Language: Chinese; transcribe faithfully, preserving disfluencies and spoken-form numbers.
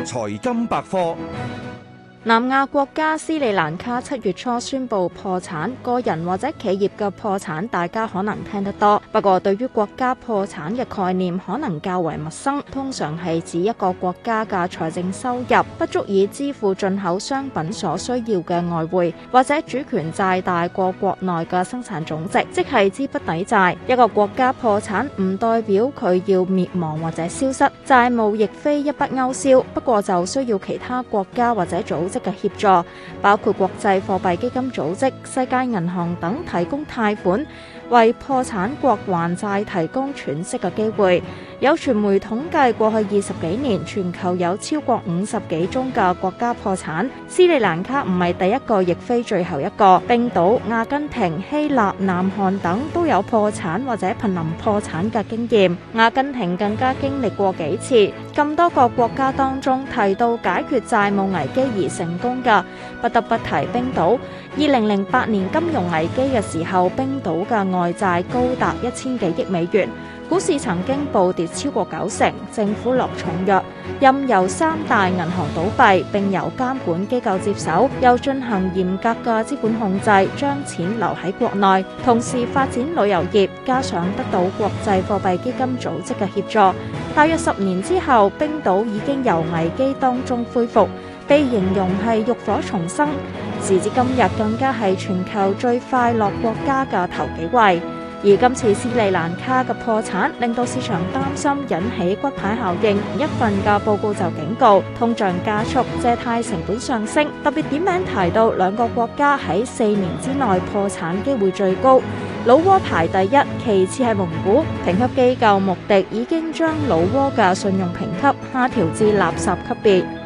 財金百科。 南亞國家斯里蘭卡七月初宣布破產，個人或者企業嘅破產大家可能聽得多，不過對於國家破產嘅概念可能較為陌生。通常係指一個國家嘅財政收入不足以支付進口商品所需要嘅外匯，或者主權債大過國內嘅生產總值，即係資不抵債。一個國家破產唔代表佢要滅亡或者消失，債務亦非一筆勾銷，不過就需要其他國家或者組織嘅協助，包括國際貨幣基金組織、世界銀行等提供貸款，為破產國還債提供喘息嘅機會。有傳媒統計，過去二十幾年，全球有超過五十幾宗嘅國家破產。斯里蘭卡唔係第一個，亦非最後一個。冰島、阿根廷、希臘、南韓等都有破產或者瀕臨破產嘅經驗。阿根廷更加經歷過幾次。咁多個國家當中，提到解決債務危機而成功嘅，不得不提冰島。二零零八年金融危機嘅時候，冰島嘅外債高達一千幾億美元。股市曾經暴跌超過九成，政府落重藥，任由三大銀行倒閉，並由監管機構接手，又進行嚴格嘅資本控制，將錢留喺國內，同時發展旅遊業，加上得到國際貨幣基金組織嘅協助，大約十年之後，冰島已經由危機當中恢復，被形容係浴火重生，時至今日更加係全球最快樂國家嘅頭幾位。而今次斯里蘭卡嘅破產令到市場擔心引起骨牌效應，一份嘅報告就警告通脹加速、借貸成本上升，特別點名提到兩個國家喺四年之內破產機會最高，老撾排第一，其次係蒙古。評級機構穆迪已經將老撾嘅信用評級下調至垃圾級別。